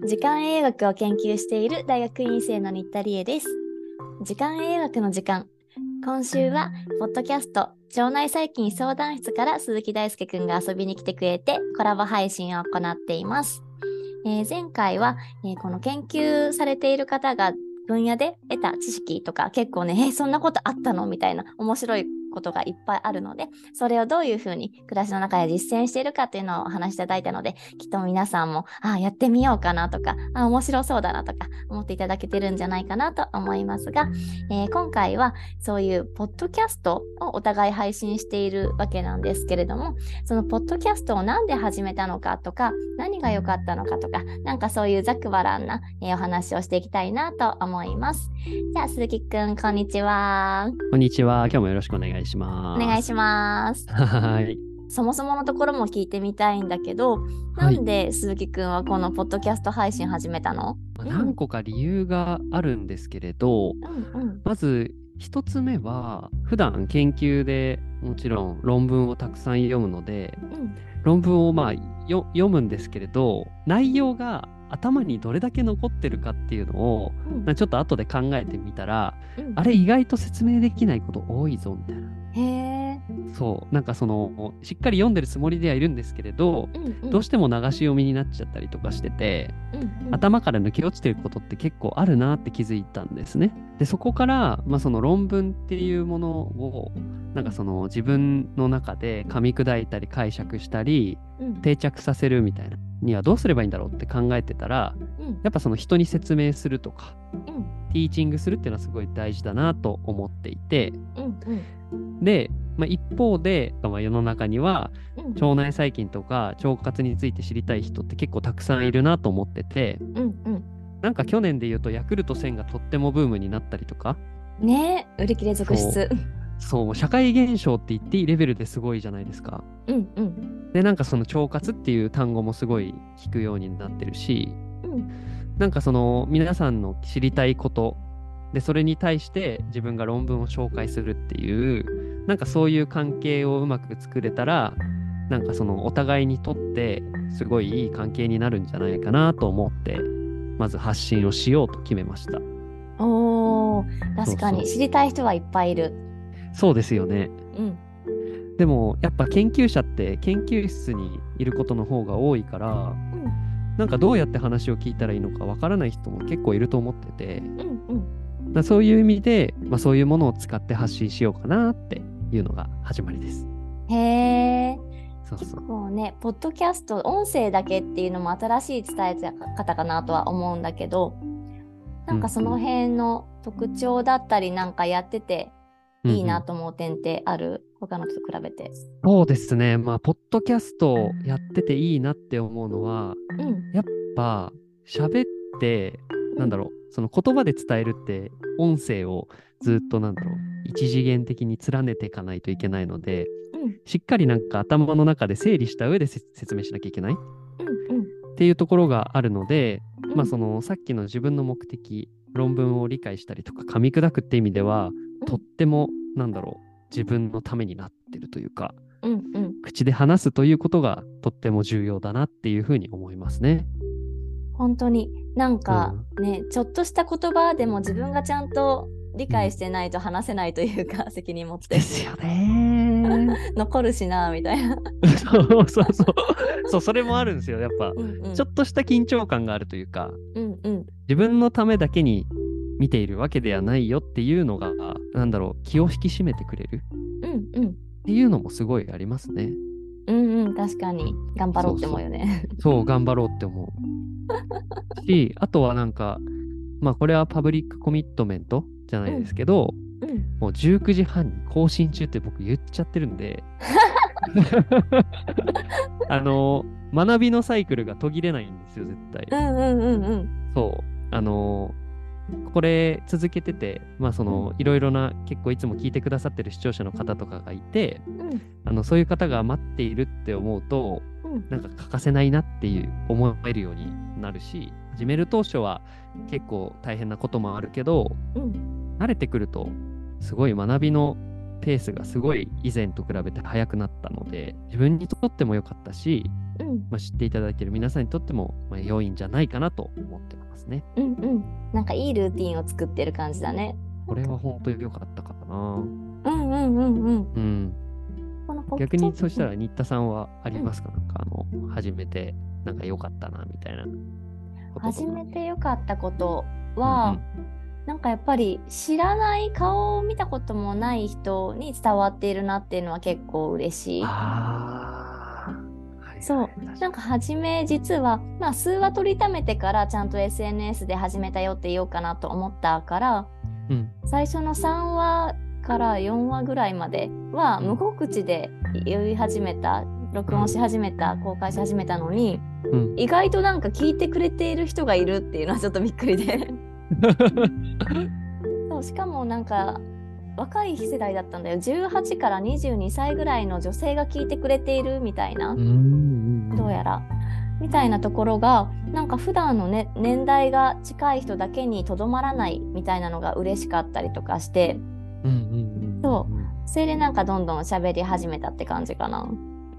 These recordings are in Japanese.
時間栄養学を研究している大学院生の新田理恵です。時間栄養学の時間。今週はポッドキャスト腸内細菌相談室から鈴木大輔くんが遊びに来てくれてコラボ配信を行っています。前回は、この研究されている方が分野で得た知識とか結構ね、そんなことあったのみたいな面白いことがいっぱいあるので、それをどういうふうに暮らしの中で実践しているかっていうのをお話しいただいたので、きっと皆さんもやってみようかなとか面白そうだなとか思っていただけてるんじゃないかなと思いますが、今回はそういうポッドキャストをお互い配信しているわけなんですけれども、そのポッドキャストをなんで始めたのかとか何が良かったのかとか、なんかそういうざっくばらんな、お話をしていきたいなと思います。じゃあ鈴木くん、こんにちは。 こんにちは。今日もよろしくお願いします。 お願いします。 はい。 そもそものところも聞いてみたいんだけど、なんで鈴木くんはこのポッドキャスト配信始めたの？ 何個か理由があるんですけれど、まず一つ目は普段研究でもちろん論文をたくさん読むので、論文を読むんですけれど、内容が頭にどれだけ残ってるかっていうのを、ちょっと後で考えてみたら、あれ意外と説明できないこと多いぞみたいな。 へー。そう、なんかそのしっかり読んでるつもりではいるんですけれど、どうしても流し読みになっちゃったりとかしてて、頭から抜け落ちてることって結構あるなって気づいたんですね。でそこから、その論文っていうものをなんかその自分の中で噛み砕いたり解釈したり、定着させるみたいなにはどうすればいいんだろうって考えてたら、やっぱその人に説明するとか、ティーチングするっていうのはすごい大事だなと思っていて、で、一方で、世の中には腸内細菌とか腸活について知りたい人って結構たくさんいるなと思ってて、なんか去年で言うとヤクルト1000がとってもブームになったりとかね、売り切れ続出。 そう社会現象って言っていいレベルですごいじゃないですか。でなんかその腸活っていう単語もすごい聞くようになってるし、なんかその皆さんの知りたいことでそれに対して自分が論文を紹介するっていうなんかそういう関係をうまく作れたら、なんかそのお互いにとってすごいいい関係になるんじゃないかなと思ってまず発信をしようと決めました。 おー、確かに知りたい人はいっぱいいる。 そうですよね。でもやっぱ研究者って研究室にいることの方が多いから、なんかどうやって話を聞いたらいいのかわからない人も結構いると思ってて、そういう意味で、そういうものを使って発信しようかなっていうのが始まりです。 へー。 そう結構ね、ポッドキャスト音声だけっていうのも新しい伝え方かなとは思うんだけど、なんかその辺の特徴だったりなんかやってていいなと思う点ってある？他のと比べて。 そうですね。ポッドキャストやってていいなって思うのは、やっぱ喋って、その言葉で伝えるって音声をずっと一次元的に連ねていかないといけないので、しっかりなんか頭の中で整理した上で説明しなきゃいけないっていうところがあるので、そのさっきの自分の目的、論文を理解したりとか噛み砕くって意味では、とっても自分のためになってるというか、口で話すということがとっても重要だなっていうふうに思いますね。 本当になんかね、ちょっとした言葉でも自分がちゃんと理解してないと話せないというか、責任持ってですよね残るしなみたいなそう、それもあるんですよ。やっぱ、ちょっとした緊張感があるというか、自分のためだけに見ているわけではないよっていうのが、気を引き締めてくれるっていうのもすごいありますね。 確かに頑張ろうって思うよね。 そう頑張ろうって思うし、あとはこれはパブリックコミットメントじゃないですけど、もう19時半に更新中って僕言っちゃってるんで学びのサイクルが途切れないんですよ絶対。そうこれ続けてて、いろいろな結構いつも聞いてくださってる視聴者の方とかがいて、そういう方が待っているって思うと、なんか欠かせないなっていう思えるようになるし、始める当初は結構大変なこともあるけど、慣れてくるとすごい学びのペースがすごい以前と比べて速くなったので、自分にとっても良かったし、 知っていただいている皆さんにとっても、良いんじゃないかなと思ってますね。 なんかいいルーティンを作ってる感じだね。 これは本当に良かったかな。逆にそしたら新田さんはありますか？なんか初めてなんか良かったなみたいなこと。 初めて良かったことは、なんかやっぱり知らない顔を見たこともない人に伝わっているなっていうのは結構嬉しい。そう、なんか初め実は、数話取りためてからちゃんと SNS で始めたよって言おうかなと思ったから、最初の3話から4話ぐらいまでは無告知で言い始めた、録音し始めた、公開し始めたのに、意外となんか聞いてくれている人がいるっていうのはちょっとびっくりでそう、しかもなんか若い世代だったんだよ。18から22歳ぐらいの女性が聞いてくれているみたいな、どうやらみたいなところが、なんか普段の、ね、年代が近い人だけにとどまらないみたいなのが嬉しかったりとかして、それでなんかどんどん喋り始めたって感じかな。 なる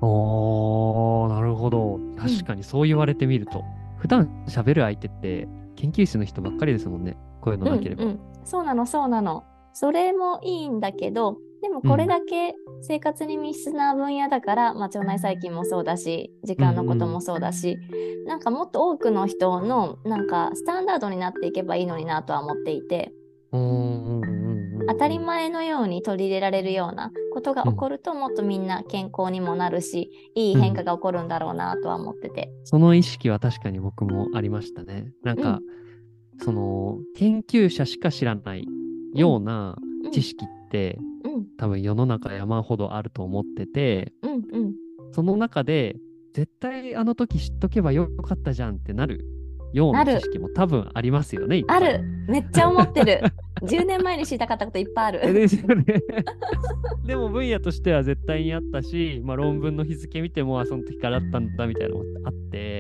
ほど。確かにそう言われてみると、普段喋る相手って研究室の人ばっかりですもんね。こういうのなければ。 そうなの。それもいいんだけど、でもこれだけ生活に密接な分野だから、腸内細菌もそうだし、時間のこともそうだし、なんかもっと多くの人のなんかスタンダードになっていけばいいのになとは思っていて、当たり前のように取り入れられるようなことが起こると、もっとみんな健康にもなるし、いい変化が起こるんだろうなとは思ってて、 その意識は確かに僕もありましたね。なんか、その研究者しか知らないような知識って、多分世の中山ほどあると思ってて、その中で絶対あの時知っとけばよかったじゃんってなるような知識も多分ありますよね。 ある。めっちゃ思ってる。10年前に知りたかったこといっぱいある。 ですよね。でも分野としては絶対にあったし、論文の日付見てもその時からあったんだみたいなのもあって、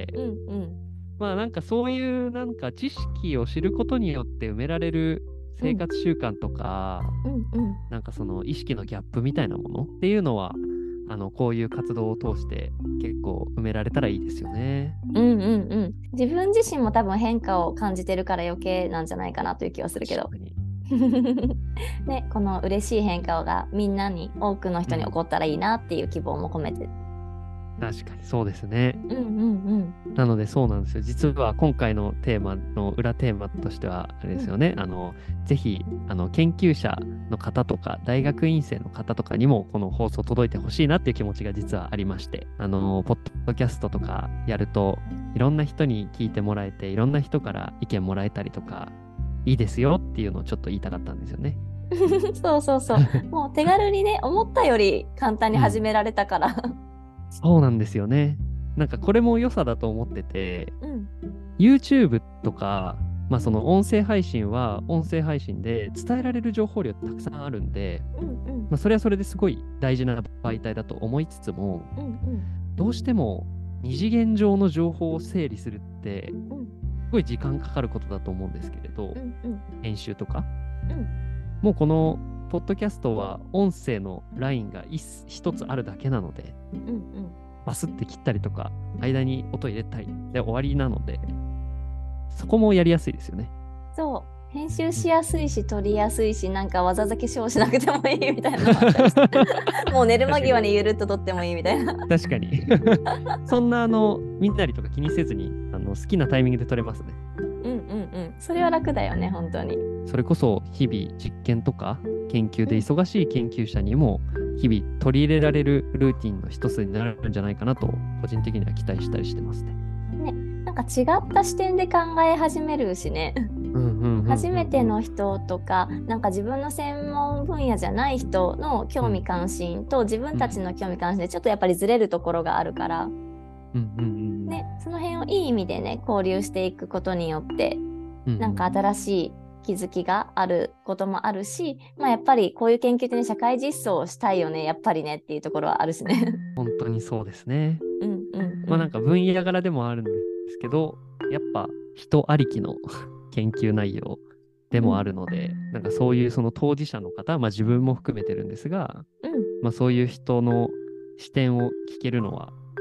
なんかそういうなんか知識を知ることによって埋められる生活習慣とか、なんかその意識のギャップみたいなものっていうのは、こういう活動を通して結構埋められたらいいですよね。 自分自身も多分変化を感じてるから余計なんじゃないかなという気はするけど。ね、この嬉しい変化がみんなに、多くの人に起こったらいいなっていう希望も込めて。 確かにそうですね。なのでそうなんですよ。実は今回のテーマの裏テーマとしてはあれですよね。ぜひ研究者の方とか大学院生の方とかにもこの放送届いてほしいなっていう気持ちが実はありまして、ポッドキャストとかやるといろんな人に聞いてもらえて、いろんな人から意見もらえたりとか、いいですよっていうのをちょっと言いたかったんですよね。 そうもう手軽にね、思ったより簡単に始められたから、 そうなんですよね。なんかこれも良さだと思ってて、YouTube とか、その音声配信は音声配信で伝えられる情報量ってたくさんあるんで、それはそれですごい大事な媒体だと思いつつも、どうしても二次元上の情報を整理するってすごい時間かかることだと思うんですけれど、編集とか、もうこのポッドキャストは音声のラインが一つあるだけなので、バスって切ったりとか間に音入れたりで終わりなので、そこもやりやすいですよね。 そう、編集しやすいし撮りやすいし、なんかわざわざ化粧しなくてもいいみたいなのもあったりしてもう寝る間際にゆるっと撮ってもいいみたいな。 確かにそんなみんなりとか気にせずに好きなタイミングで撮れますね。 それは楽だよね、本当に。 それこそ日々実験とか研究で忙しい研究者にも日々取り入れられるルーティンの一つになるんじゃないかなと個人的には期待したりしてますね。 なんか違った視点で考え始めるしね。初めての人とか、なんか自分の専門分野じゃない人の興味関心と自分たちの興味関心でちょっとやっぱりずれるところがあるから、その辺をいい意味でね、交流していくことによって、なんか新しい気づきがあることもあるし、やっぱりこういう研究ってね、社会実装をしたいよね、やっぱりねっていうところはあるしね。 本当にそうですね。なんか分野柄でもあるんですけど、やっぱ人ありきの研究内容でもあるので、なんかそういうその当事者の方、自分も含めてるんですが、そういう人の視点を聞けるのは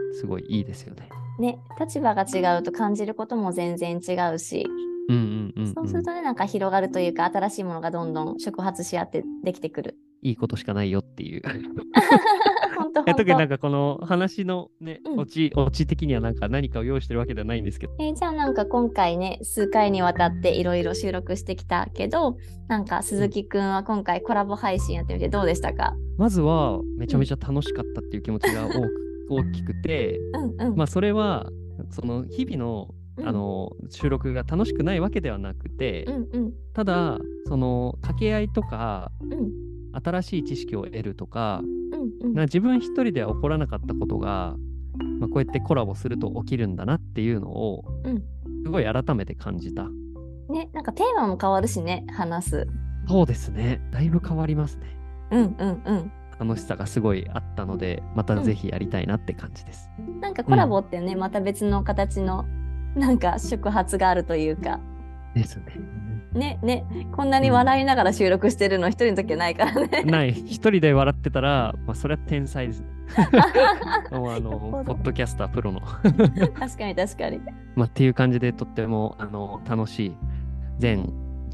すごいいいですよね。 ね、立場が違うと感じることも全然違うし、そうするとね、なんか広がるというか、新しいものがどんどん触発し合ってできてくる。 いいことしかないよっていう。 本当特になんかこの話のね、 うん、 オチ的にはなんか何かを用意してるわけではないんですけど。 じゃあなんか今回ね、数回にわたっていろいろ収録してきたけど、なんか鈴木くんは今回コラボ配信やってみてどうでしたか？ まずはめちゃめちゃ楽しかったっていう気持ちが大きくて、まあそれはその日々の収録が楽しくないわけではなくて、ただその掛け合いとか、新しい知識を得るとか、自分一人では起こらなかったことが、まあ、こうやってコラボすると起きるんだなっていうのを、すごい改めて感じた。 ね、なんかテーマも変わるしね、話す。 そうですね。だいぶ変わりますね。楽しさがすごいあったので、またぜひやりたいなって感じです。 なんかコラボってね、また別の形のなんか触発があるというか。 ですね。 こんなに笑いながら収録してるの一人の時はないからね。 ない。一人で笑ってたら、まあ、それは天才ですね。ポッドキャスタープロの。 確かに確かに。 まあ、っていう感じでとっても楽しい全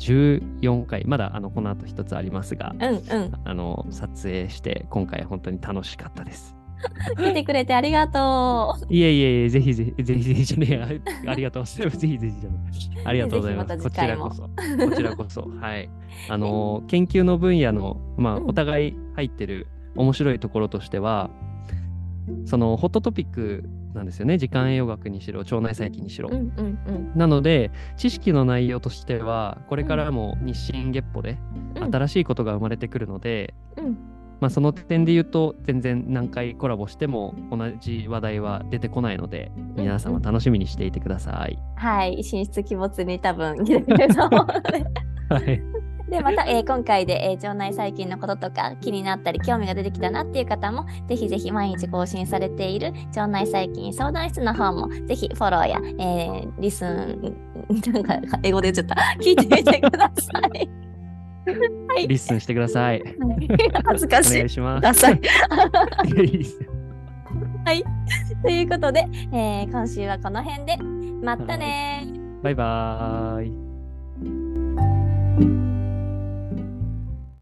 14回、まだこの後一つありますが、撮影して今回本当に楽しかったです。 来てくれてありがとう。 いえ、ぜひじゃねえ、ありがとうございます。ぜひじゃない。ありがとうございます。こちらこそ。はい。研究の分野の、まあ、お互い入ってる面白いところとしては、そのホットトピックなんですよね。時間栄養学にしろ、腸内細菌にしろ。なので、知識の内容としては、これからも日進月歩で新しいことが生まれてくるので、まあ、その点で言うと全然何回コラボしても同じ話題は出てこないので、皆様楽しみにしていてください。 はい、神出鬼没に多分来てくれると思うので。はい。でまた、今回で、腸内細菌のこととか気になったり興味が出てきたなっていう方もぜひぜひ毎日更新されている腸内細菌相談室の方もぜひフォローや、リスンなんか英語で言っちゃった聞いてみてください。 はい、リッスンしてください。 恥ずかしい。 お願いします。 ダサい。はい。ということで、今週はこの辺で。またね。 バイバーイ。